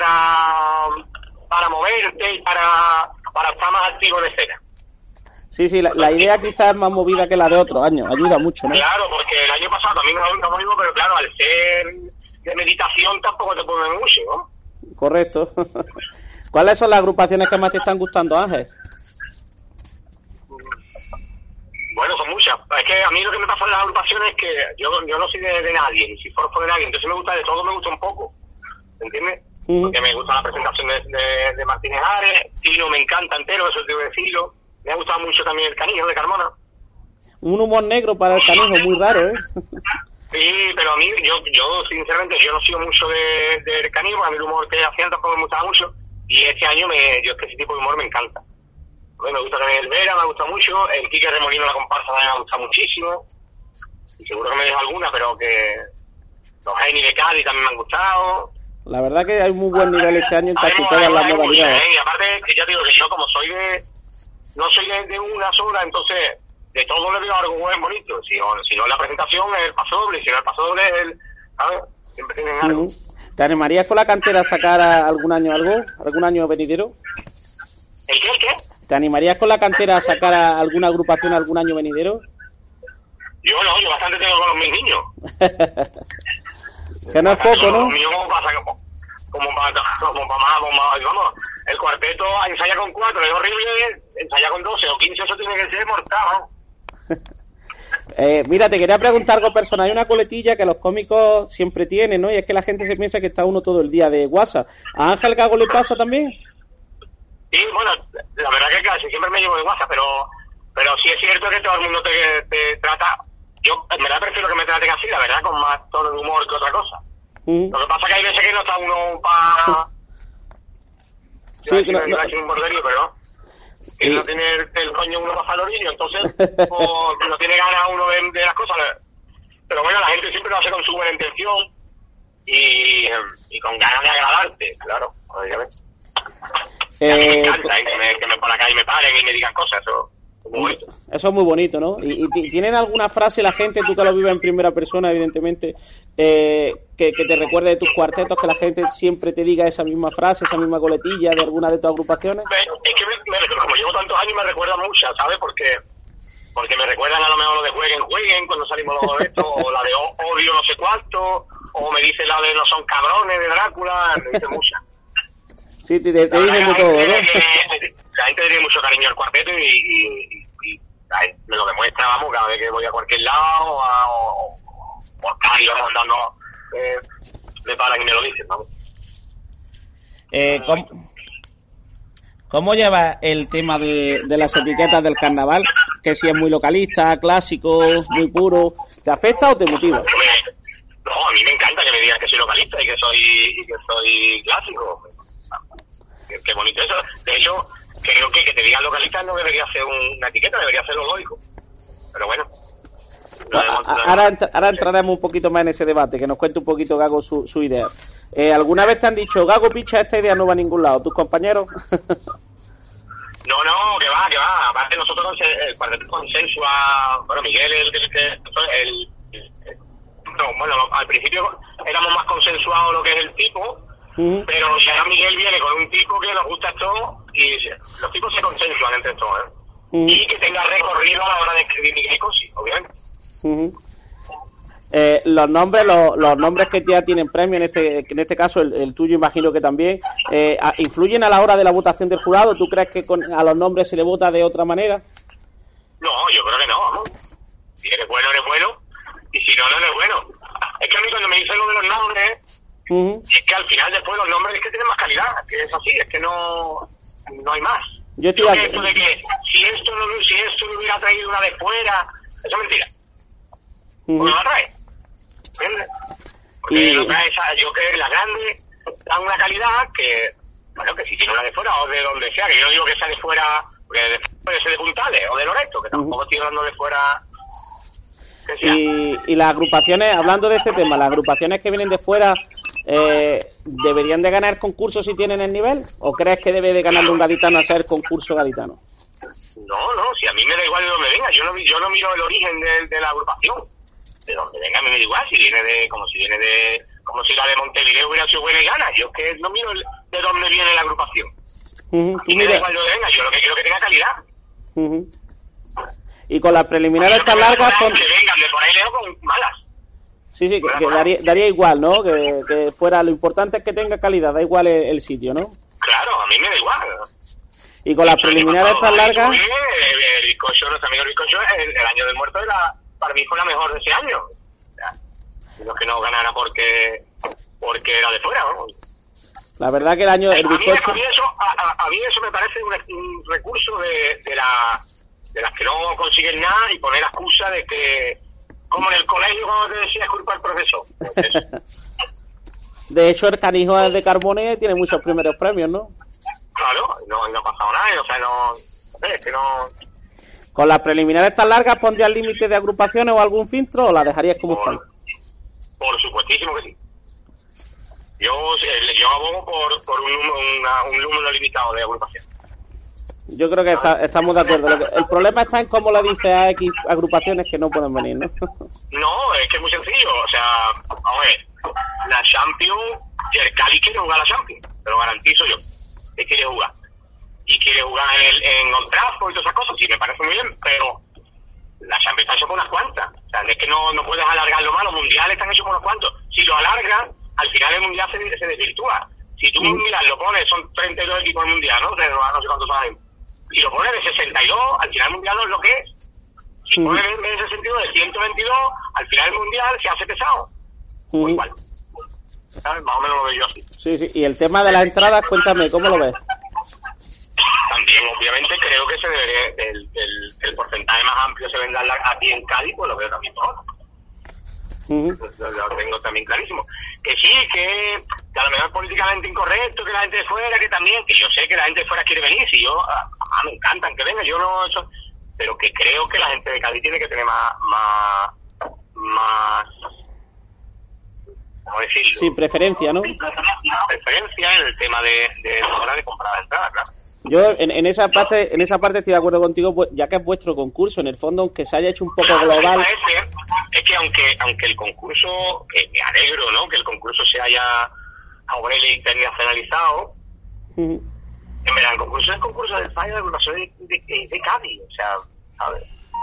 moverte y para estar más activo en escena. Sí, la idea quizás es más movida que la de otros años, ayuda mucho, ¿no? Claro, porque el año pasado también nos movimos, pero claro, al ser de meditación tampoco te puede mover mucho, ¿no? Correcto. ¿Cuáles son las agrupaciones que más te están gustando, Ángel? Bueno, son muchas. Es que a mí lo que me pasa en las agrupaciones es que yo no soy de nadie, ni si forzo de nadie, entonces me gusta de todo, me gusta un poco, ¿entiendes? Porque me gusta la presentación de Martínez Ares, Tino me encanta entero, eso tengo que decirlo. Me ha gustado mucho también el Canijo de Carmona. Un humor negro para el Canijo, muy raro, ¿eh? Sí, pero a mí, yo sinceramente, yo no sigo mucho del Canijo, a mí el humor que hacían tampoco me gustaba mucho, y este año yo es que ese tipo de humor me encanta. Pues me gusta también el Vera, me gusta mucho, el Quique Remolino, la comparsa, también me gusta muchísimo, y seguro que me dejo alguna, pero que los Geni de Cádiz también me han gustado. La verdad que hay muy buen nivel este año en casi todas las modalidades. Y aparte, que ya digo que yo como no soy de una sola, entonces de todo le veo algo buen bonito. Si no la presentación es el paso doble, si no el paso doble es ¿sabes? Siempre tienen algo. ¿Te animarías con la cantera a sacar algún año algún año venidero? ¿El qué? ¿Te animarías con la cantera a sacar a alguna agrupación algún año venidero? Yo bastante tengo con mis niños. Que no es poco, ¿no? Los míos pasa como para vamos, el cuarteto ensaya con 4, es horrible, ensaya con 12 o 15, eso tiene que ser mortal, ¿no? Mira, te quería preguntar algo personal. Hay una coletilla que los cómicos siempre tienen, ¿no? Y es que la gente se piensa que está uno todo el día de WhatsApp. ¿A Ángel Gago le pasa también? Sí, bueno, la verdad que casi siempre me llevo de WhatsApp, pero sí es cierto que todo el mundo te trata. Yo en verdad prefiero que me traten así, la verdad, con más tono de humor que otra cosa. Lo que pasa es que hay veces que no está uno para... Sí, no un borderío, pero que no tiene el coño uno para falorillo, entonces pues, no tiene ganas uno de las cosas. Pero bueno, la gente siempre lo hace con su buena intención y con ganas de agradarte, claro, obviamente. A mí me encanta que me por acá y me paren y me digan cosas, eso es muy bonito. Eso es muy bonito, ¿no? ¿Y tienen alguna frase la gente, tú que lo vives en primera persona, evidentemente, que te recuerde de tus cuartetos, que la gente siempre te diga esa misma frase, esa misma coletilla de alguna de tus agrupaciones? Es que como llevo tantos años me recuerdan muchas, ¿sabes? Porque me recuerdan a lo mejor lo de jueguen cuando salimos los de esto, o la de odio no sé cuánto, o me dice la de no son cabrones de Drácula, me dice muchas. Sí, te dicen de todo, ¿no? La gente tiene mucho cariño al cuarteto y me lo demuestra, vamos, cada vez que voy a cualquier lado o Cari, vamos andando, me paran y me lo dicen, vamos. ¿Cómo llevas el tema de las etiquetas del carnaval? Que si es muy localista, clásico, muy puro, ¿te afecta o te motiva? No, a mí me encanta que me digan que soy localista y que soy clásico. Qué bonito eso. De hecho, creo que te digan localista no debería ser una etiqueta, debería ser lo lógico. Pero bueno. Ahora entraremos un poquito más en ese debate, que nos cuente un poquito Gago su idea. ¿Alguna vez te han dicho, Gago, picha, esta idea no va a ningún lado? ¿Tus compañeros? No, que va. Aparte nosotros el cuarteto consensua, bueno, Miguel al principio éramos más consensuados lo que es el tipo, pero ya Miguel viene con un tipo que nos gusta esto y los tipos se consensuan entre todos, y que tenga recorrido a la hora de escribir Miguel Cosi, obviamente. Los nombres que ya tienen premio, en este caso el tuyo imagino que también, ¿influyen a la hora de la votación del jurado? ¿Tú crees que a los nombres se le vota de otra manera? No, yo creo que no, vamos. Si eres bueno, y si no eres bueno. Es que a mí cuando me dicen lo de los nombres, es que al final después los nombres es que tienen más calidad, que es así, es que no hay más. Yo creo que esto de que si esto lo hubiera traído una de fuera, eso es mentira. Porque lo trae. ¿Entiendes? Porque lo trae yo creo que la grande da una calidad que, bueno, que si tiene una de fuera o de donde sea, que yo digo que sea de fuera, porque puede ser de Puntales o de Loreto, que tampoco estoy hablando de fuera. Y las agrupaciones, hablando de este tema, las agrupaciones que vienen de fuera, ¿deberían de ganar concursos si tienen el nivel? ¿O crees que debe de ganarle un gaditano a ser concurso gaditano? No, si a mí me da igual de dónde venga, yo no miro el origen de la agrupación. De donde venga me da igual, como si la de Montevideo hubiera sido buena y gana. Yo es que no miro de dónde viene la agrupación. Y me da igual de dónde venga, yo lo que quiero es que tenga calidad. Y con las preliminares tan largas... Que vengan de por ahí lejos con malas. Sí, que daría igual, ¿no? Que fuera, lo importante es que tenga calidad, da igual el sitio, ¿no? Claro, a mí me da igual. Y con las preliminares tan largas... El bizcocho, nuestro amigo el bizcocho, el año del muerto para mí fue la mejor de ese año. O sea, no que no ganara porque era de fuera, ¿no? La verdad que el año del bizcocho... A mí eso me parece un recurso de las que no consiguen nada y poner excusa de que, como en el colegio cuando te decía culpa al profesor. De hecho, el canijo de Carbone tiene muchos primeros premios, ¿no? Claro, no ha pasado nada, o sea, es que no... ¿Con las preliminares tan largas pondrías límite de agrupaciones o algún filtro o las dejarías como están? Por supuestísimo que sí. Yo abogo por un número limitado de agrupaciones. Yo creo que estamos de acuerdo. El problema está en cómo le dice a X agrupaciones que no pueden venir, ¿no? No, es que es muy sencillo. O sea, vamos a ver, la Champions, el Cali quiere jugar la Champions, te lo garantizo yo. Que quiere jugar. Y quiere jugar en Old Trafford y todas esas cosas, sí, me parece muy bien, pero la Champions está hecha por unas cuantas. O sea, es que no puedes alargarlo más, los mundiales están hechos por unos cuantos. Si lo alargan, al final el mundial se desvirtúa. Si tú un mundial lo pones, son 32 equipos del mundial, ¿no? No sé cuántos son. Si lo pones de 62, al final el mundial no es lo que es. Si pones en ese sentido de 122, al final el mundial se hace pesado. Muy igual. ¿Sabes? Más o menos lo veo yo así. Sí. Y el tema de las entradas, cuéntame, ¿cómo lo ves? También, obviamente, creo que se debería, el porcentaje más amplio se venda aquí en Cádiz, pues lo veo también mejor. Lo tengo también clarísimo. Que sí, que a lo mejor es políticamente incorrecto, que la gente de fuera, que también, que yo sé que la gente de fuera quiere venir, si yo, me encantan que venga, yo no, eso, pero que creo que la gente de Cádiz tiene que tener más ¿cómo decirlo? Sí, preferencia, ¿no? Preferencia en el tema de la hora de comprar la entrada, claro. Yo en esa parte estoy de acuerdo contigo, pues, ya que es vuestro concurso, en el fondo, aunque se haya hecho un poco global... Es que aunque el concurso, me alegro, ¿no?, que el concurso se haya ahora internacionalizado, en verdad el concurso es el concurso del fallo de agrupación de Cádiz, o sea, ¿sabes?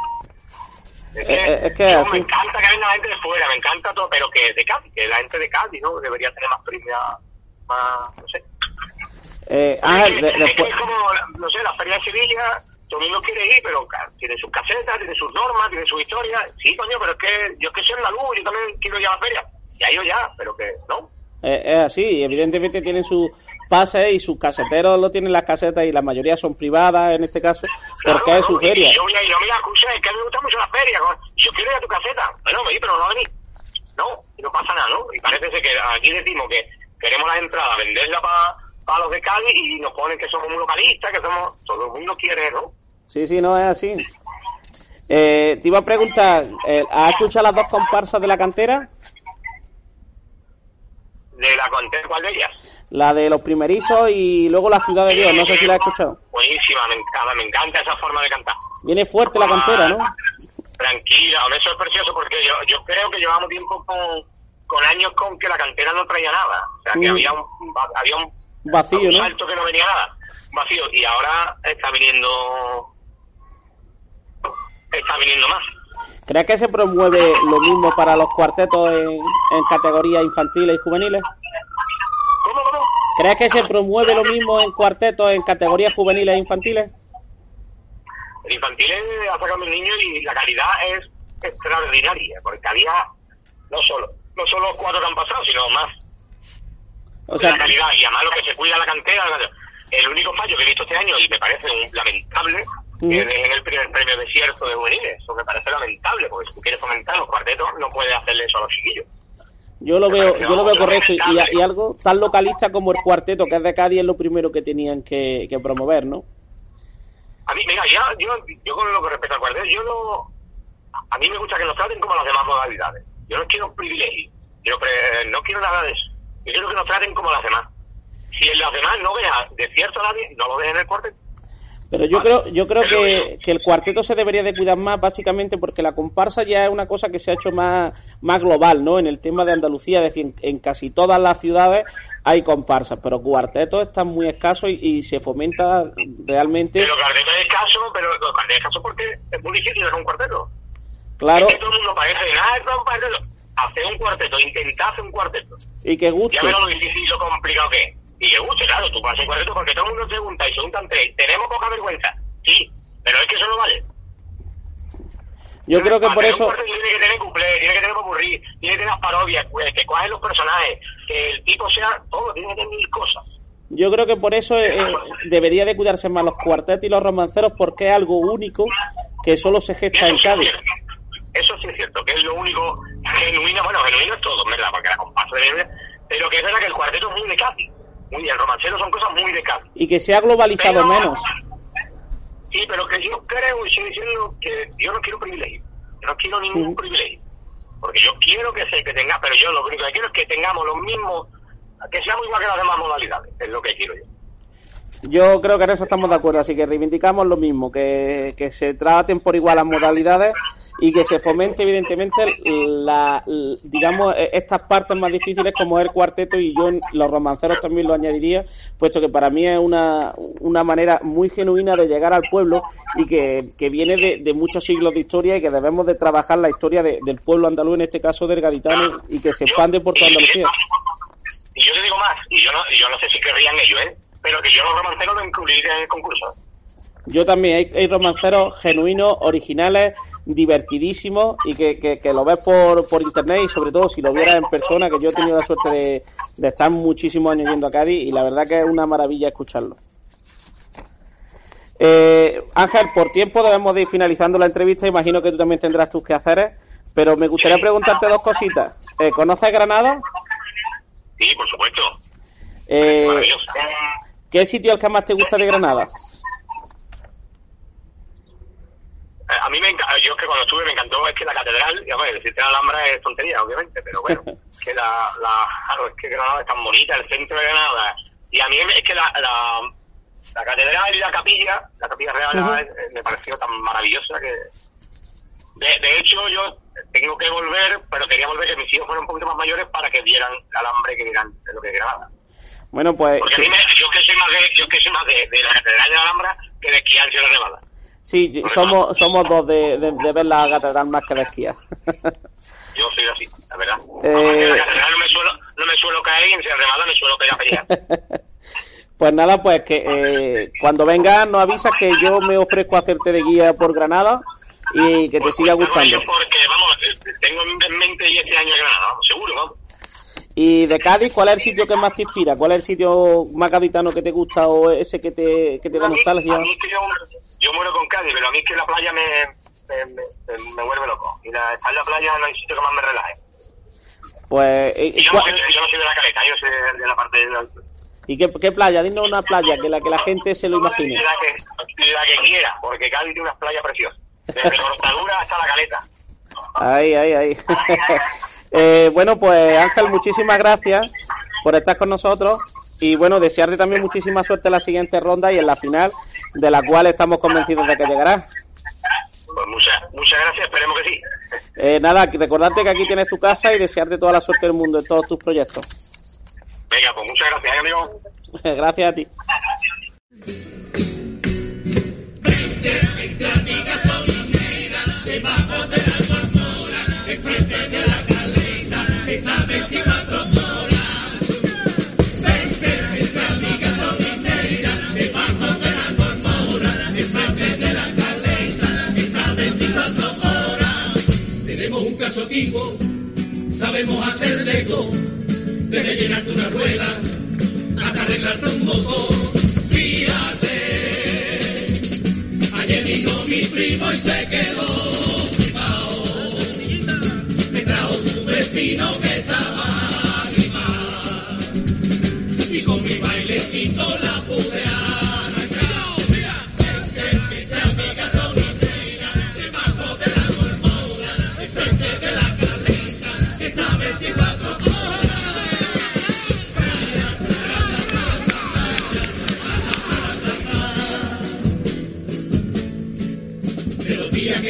Es que me encanta que venga la gente de fuera, me encanta todo, pero que de Cádiz, que la gente de Cádiz, ¿no?, debería tener más premios, más, no sé. Ángel, es como, no sé, la Feria de Sevilla, todo el mundo quiere ir, pero tiene sus casetas, tiene sus normas, tiene su historia. Sí, coño, pero es que yo soy en la luz, yo también quiero ir a la feria. Ya yo ya, pero que no. Es así, evidentemente tienen sus pases y sus caseteros lo tienen las casetas y la mayoría son privadas en este caso, porque claro, es su feria. Y yo mira, escucha, es que a mí me gusta mucho la feria, yo quiero ir a tu caseta. Bueno, pero no va a venir. No, y no pasa nada, ¿no? Y parece ser que aquí decimos que queremos las entradas, venderlas para los de Cádiz y nos ponen que somos muy localistas, que somos... Todo el mundo quiere, ¿no? Sí, no, es así. Te iba a preguntar, ¿has escuchado las dos comparsas de la cantera? ¿De la cantera cuál de ellas? La de los primerizos y luego la Ciudad de Dios, no sé si la has escuchado. Buenísima, me encanta esa forma de cantar. Viene fuerte la cantera, ¿no? Tranquila, eso es precioso porque yo creo que llevamos tiempo con años con que la cantera no traía nada. O sea, que había un vacío, un ¿no? salto que no venía nada, vacío, y ahora está viniendo más. ¿Crees que se promueve lo mismo para los cuartetos en categorías infantiles y juveniles? ¿Cómo? ¿Crees que se promueve lo mismo en cuartetos en categorías juveniles e infantiles? En infantiles ha sacado un niño y la calidad es extraordinaria, porque había no solo los 4 que han pasado, sino más. O sea, la calidad, y además lo que se cuida la cantera. El único fallo que he visto este año, y me parece lamentable, que dejen el primer premio desierto de juveniles. Eso me parece lamentable, porque si tú quieres fomentar los cuartetos, no puedes hacerle eso a los chiquillos. Yo lo veo correcto, y algo tan localista como el cuarteto, que es de Cádiz, es lo primero que tenían que promover, ¿no? A mí, mira, yo con lo que respecta al cuarteto, a mí me gusta que nos traten como las demás modalidades. Yo no quiero privilegios, no quiero nada de eso. Yo quiero que nos traten como las demás. Si en las demás no veas de cierto a nadie, no lo ves en el cuarteto. Pero yo creo que el cuarteto se debería de cuidar más, básicamente porque la comparsa ya es una cosa que se ha hecho más global, ¿no? En el tema de Andalucía, es decir, en casi todas las ciudades hay comparsas, pero cuartetos están muy escasos y se fomenta realmente... Pero cuarteto es escaso, porque es muy difícil hacer un cuarteto. Claro. Es que todo el mundo parece hacer un cuarteto, intentar hacer un cuarteto. Y que guste. Ya verás lo difícil y lo complicado que es. Y que guste, claro, tú puedes hacer cuarteto porque todo el mundo pregunta y se juntan tres. ¿Tenemos poca vergüenza? Sí, pero es que eso no vale. Yo creo que por eso... Tiene que tener cuplé, tiene que tener popurrí, tiene que tener parodias, pues, que cuajen los personajes, que el tipo sea todo, tiene que tener 1000 cosas. Yo creo que por eso debería de cuidarse más los cuartetos y los romanceros, porque es algo único que solo se gesta en Cádiz. Eso sí es cierto, que es lo único genuino, genuino es todo, ¿verdad? Porque la comparsa de... Pero que es verdad que el cuarteto es muy de Cádiz. El romancero son cosas muy de Cádiz. Y que se ha globalizado menos. Sí, pero que yo creo y estoy diciendo que yo no quiero privilegio. Yo no quiero ningún privilegio. Porque yo quiero que tenga, pero yo lo único que quiero es que tengamos los mismos, que seamos igual que las demás modalidades. Es lo que quiero yo. Yo creo que en eso estamos de acuerdo, así que reivindicamos lo mismo, que se traten por igual las modalidades y que se fomente evidentemente digamos estas partes más difíciles como es el cuarteto, y yo los romanceros también lo añadiría, puesto que para mí es una manera muy genuina de llegar al pueblo y que viene de muchos siglos de historia, y que debemos de trabajar la historia del pueblo andaluz, en este caso del gaditano, y que se expande por toda Andalucía. Y yo te digo más, y yo no sé si querrían ellos, pero que yo los romanceros lo incluiría en el concurso. Yo también, hay romanceros genuinos, originales, divertidísimos, y que lo ves por internet, y sobre todo si lo vieras en persona, que yo he tenido la suerte de estar muchísimos años yendo a Cádiz, y la verdad que es una maravilla escucharlo. Ángel, por tiempo debemos de ir finalizando la entrevista, imagino que tú también tendrás tus quehaceres, pero me gustaría preguntarte dos cositas. ¿Conoces Granada? Sí, por supuesto. Maravilloso. ¿Qué sitio es el que más te gusta de Granada? A mí yo es que cuando estuve me encantó, es que la catedral, digamos, decirte la Alhambra es tontería, obviamente, pero bueno, que claro, es que Granada es tan bonita, el centro de Granada, y a mí es que la catedral y la capilla real me pareció tan maravillosa que... De hecho, yo tengo que volver, pero quería volver que mis hijos fueran un poquito más mayores para que vieran la Alhambra y que vieran lo que es Granada. Bueno, pues... Porque a mí yo que soy más de la catedral de la Alhambra que de esquiar en Sierra Nevada. Sí, somos dos de ver la catedral más que de esquiar. Yo soy así, la verdad. En la catedral no me suelo caer, y en Sierra Nevada me suelo pegar a pelear. Pues nada, pues que cuando vengas nos avisas, que yo me ofrezco a hacerte de guía por Granada y que te siga gustando. Porque, vamos, tengo en mente y este año Granada, vamos, seguro, vamos. Y de Cádiz, ¿cuál es el sitio que más te inspira? ¿Cuál es el sitio más gaditano que te gusta, o ese que te da nostalgia? A mí es que yo muero con Cádiz, pero a mí es que la playa me vuelve loco. Y estar en la playa no hay sitio que más me relaje. Pues... yo no soy de la Caleta, yo soy de la parte de la... ¿Y qué playa? Dinos una playa que la gente se lo imagine. La que quiera, porque Cádiz tiene unas playas preciosas. Desde Cortadura hasta la Caleta. Ahí. Bueno, pues Ángel, muchísimas gracias por estar con nosotros, y bueno, desearte también muchísima suerte en la siguiente ronda y en la final, de la cual estamos convencidos de que llegarás. Pues muchas gracias, esperemos que sí. Nada, recordarte que aquí tienes tu casa y desearte toda la suerte del mundo en todos tus proyectos. Venga, pues muchas gracias, amigo. Gracias a ti. 20 amigas solineras, debajo de la tormora, enfrente de la caleta, está 24 horas. 20 amigas solineras, debajo de la tormora, enfrente de la caleta, está 24 horas. Tenemos un casotipo, sabemos hacer de todo, desde llenarte una rueda hasta arreglarte un motor. Fíjate, ayer vino mi primo y se quedó flipao. Me trajo su vecino que estaba gripao, y con mi bailecito la pude arrancar. Vente, amiga solinera, debajo de la tormora, enfrente de la caleta, está 24 horas.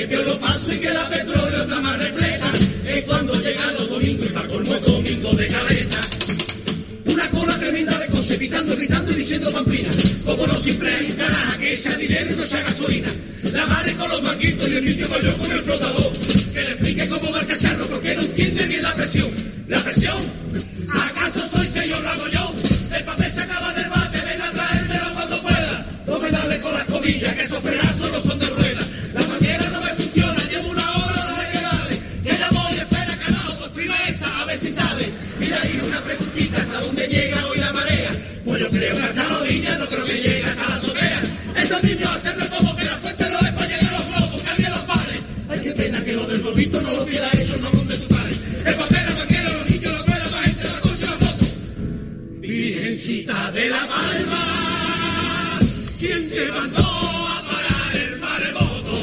que peor lo paso y que la petróleo está más repleta. Es cuando llegan los domingos y pa' colmo es domingo de caleta. Una cola tremenda de cosas, gritando y diciendo pamplina. Como no siempre hay un caraja que echa dinero y no echa gasolina. La madre con los manguitos y el niño mayor con el flotador. Que le explique cómo va el cacharro porque no entiende bien la presión. ¿La presión? ¿Acaso soy señor Ragollón? El papel se acaba del bate, ven a traérmelo cuando pueda. No me dale con la escobilla, que esos frenazos no son de rueda. La manguera no me funciona, llevo una hora, hay que darle. Que ya voy, espera, carajo, construime esta, a ver si sale. Mira ahí una preguntita, ¿hasta dónde llega hoy la marea? Pues yo creo que hasta la orilla, no creo que llegue hasta la azotea. Esos niños hacerme como que la fuente no es para llegar a los globos, que alguien los pare. Ay, qué pena que lo del borbito no lo hubiera hecho, no donde tu padre. El papel, la manguera, los niños, la rueda, para gente, la coche, la foto. Virgencita de la Palma, ¿quién te mandó a parar el maremoto?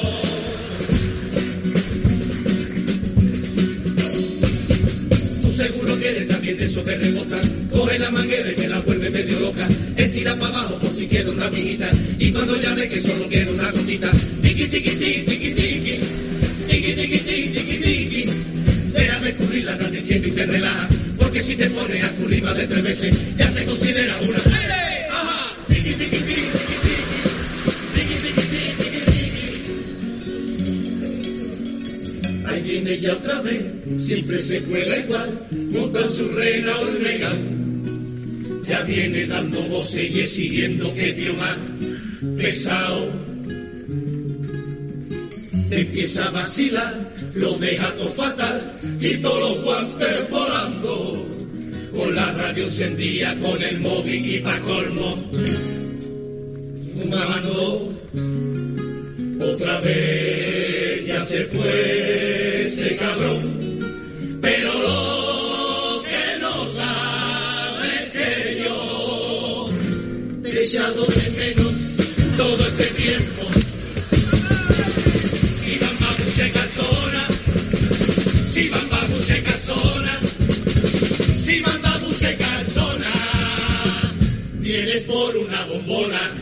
Tú seguro que eres también de esos que rebotan. Coge la manguera y me la vuelve medio loca. Estira para abajo por si quiero una amiguita. Y cuando llame que solo quiero una gotita. Tiki tiki tiki tiki tiki. Tiki tiki tiki tiki tiki. Déjame escurrirla, nadie quiere y te relaja. Porque si te pones a escurrir más de 3 veces, ya se considera una. Ajá. Tiki tiki tiki tiki tiki. Tiki tiki tiki tiki tiki. Ahí viene ya otra vez, siempre se juega igual. Monta su reina Olmega. Ya viene dando voces y siguiendo que tío más pesado. Te empieza a vacilar, lo deja todo fatal y todos los guantes volando. Con la radio encendida, con el móvil y pa' colmo fumando. Otra vez ya se fue ese cabrón, pero lo que no sabe es que yo te he echado de menos todo este tiempo. Si van babuche calzona, si van babuche calzona, si van babuche calzona, vienes por una bombona.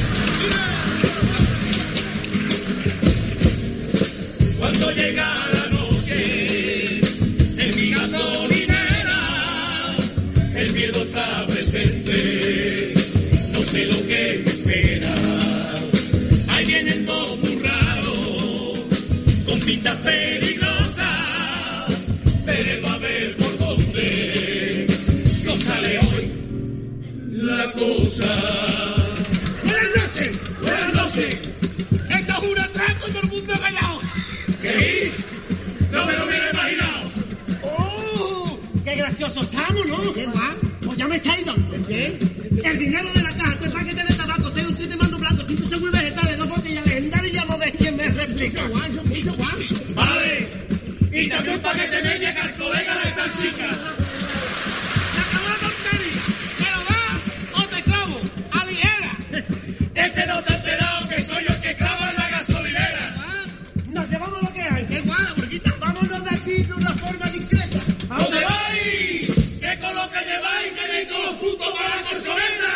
Cuando llega la noche en mi gasolinera, el miedo está presente, no sé lo que me espera. Ahí vienen dos muy raros, con pintas peligrosas, pero a ver por dónde no sale hoy la cosa. Buenas noches. Buenas noches. Esto es un atraco y todo el mundo callado. ¿Qué? No me lo hubiera imaginado. ¡Oh! ¡Qué gracioso estamos, ¿no? ¿Qué va? Pues ya me estáis dando. ¿Qué? El dinero de la caja, 3 paquetes de tabaco, 6 o 7 mandos blancos, 5 según vegetales, 2 botellas legendarias y ya no ves quién me replica. Mucho guay. Vale. Y también un paquete me llega al colega de esta chica. ¡Se acabó la tontería! ¿Me lo das o te clavo? ¡Aligera! Este no se ha enterado que soy yo el que clava en la gasolinera. Nos llevamos lo que hay. ¡Qué guay, burguita! Vámonos de aquí de una forma discreta. ¿A dónde vais? ¿Qué con lo que lleváis tenéis todos los puntos para la colchoneta?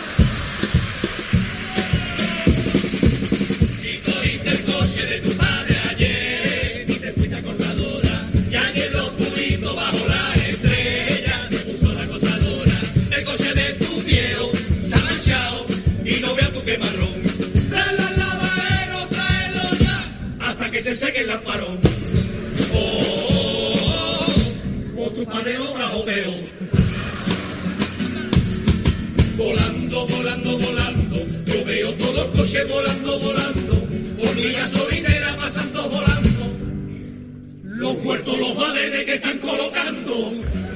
Si cogiste el coche de tu padre ayer y te fuiste a cortadora, ya ni en los puritos bajo la estrella se puso la acosadora. El coche de tu viejo se ha manchado y no vea tu qué marrón. Trae al lavadero, tráelo ya, hasta que se seque el lamparón. O tu padre lo trajo peor. Volando, volando, volando, yo veo todos los coches volando, volando, por mi gasolinera pasando volando, los muertos, los balenes que están colocando.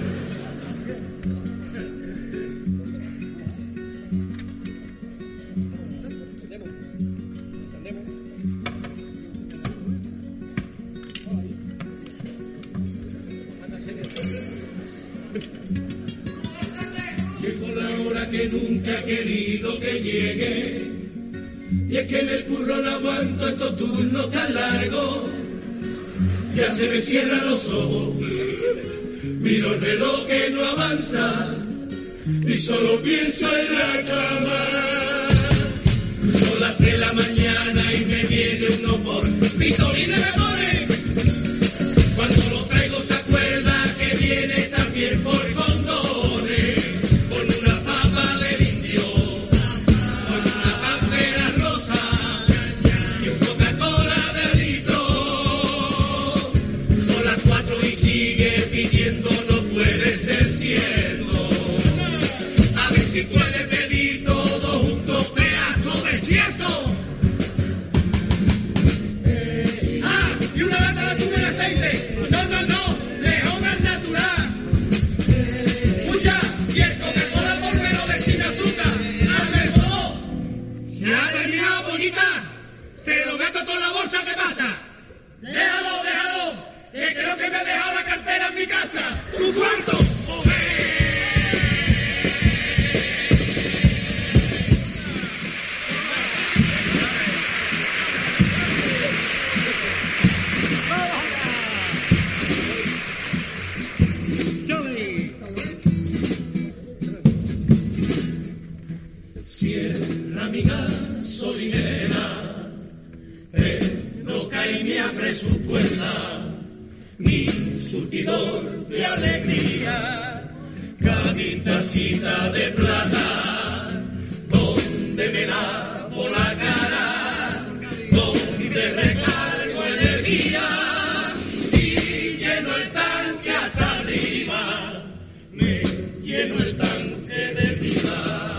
Llegó la hora que nunca he querido que llegue, y es que en el curro no aguanto estos turnos tan largos. Ya se me cierran los ojos, miro el reloj que no avanza y solo pienso en la cama. Son las 3 de la mañana y me viene uno por mi Victorina me pone. Cuando lo traigo se acuerda que viene también por condones, con una papa del indio, con una pampera rosa y un Coca-Cola de litro. Son las 4 y sigue pidiendo, no puede ser cierto. A ver si puede pedir todo junto, pedazo de cieso. Y una lata de atún en aceite. No, mejor al natural. Escucha, y el Coca-Cola Polvero de sin azúcar. Hazme el favor. ¿Se ha terminado, pollita? Te lo meto todo en la bolsa, ¿qué pasa? Déjalo, que creo que me ha dejado la cartera en mi casa. ¡Tu cuarto! Cierra mi gasolinera, no cae ni abre su puerta, mi surtidor de alegría, camitacita de plata, donde me lavo la cara, donde recargo energía y lleno el tanque hasta arriba, me lleno el tanque de vida.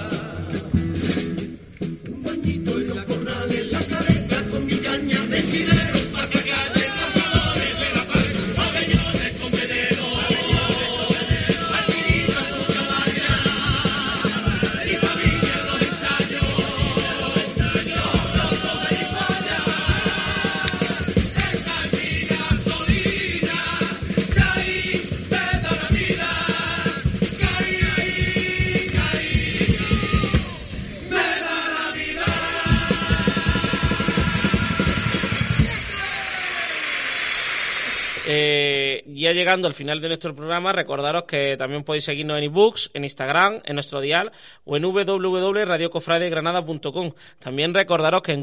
Ya llegando al final de nuestro programa, recordaros que también podéis seguirnos en ebooks, en Instagram, en nuestro dial o en www.radiocofradegranada.com. También recordaros que en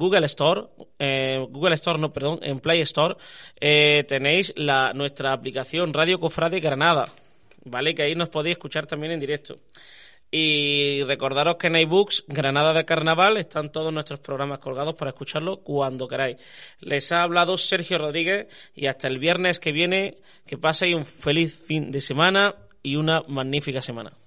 en Play Store tenéis nuestra aplicación Radio Cofrade Granada, ¿vale? Que ahí nos podéis escuchar también en directo. Y recordaros que en iBooks, Granada de Carnaval, están todos nuestros programas colgados para escucharlo cuando queráis. Les ha hablado Sergio Rodríguez y hasta el viernes que viene, que paséis un feliz fin de semana y una magnífica semana.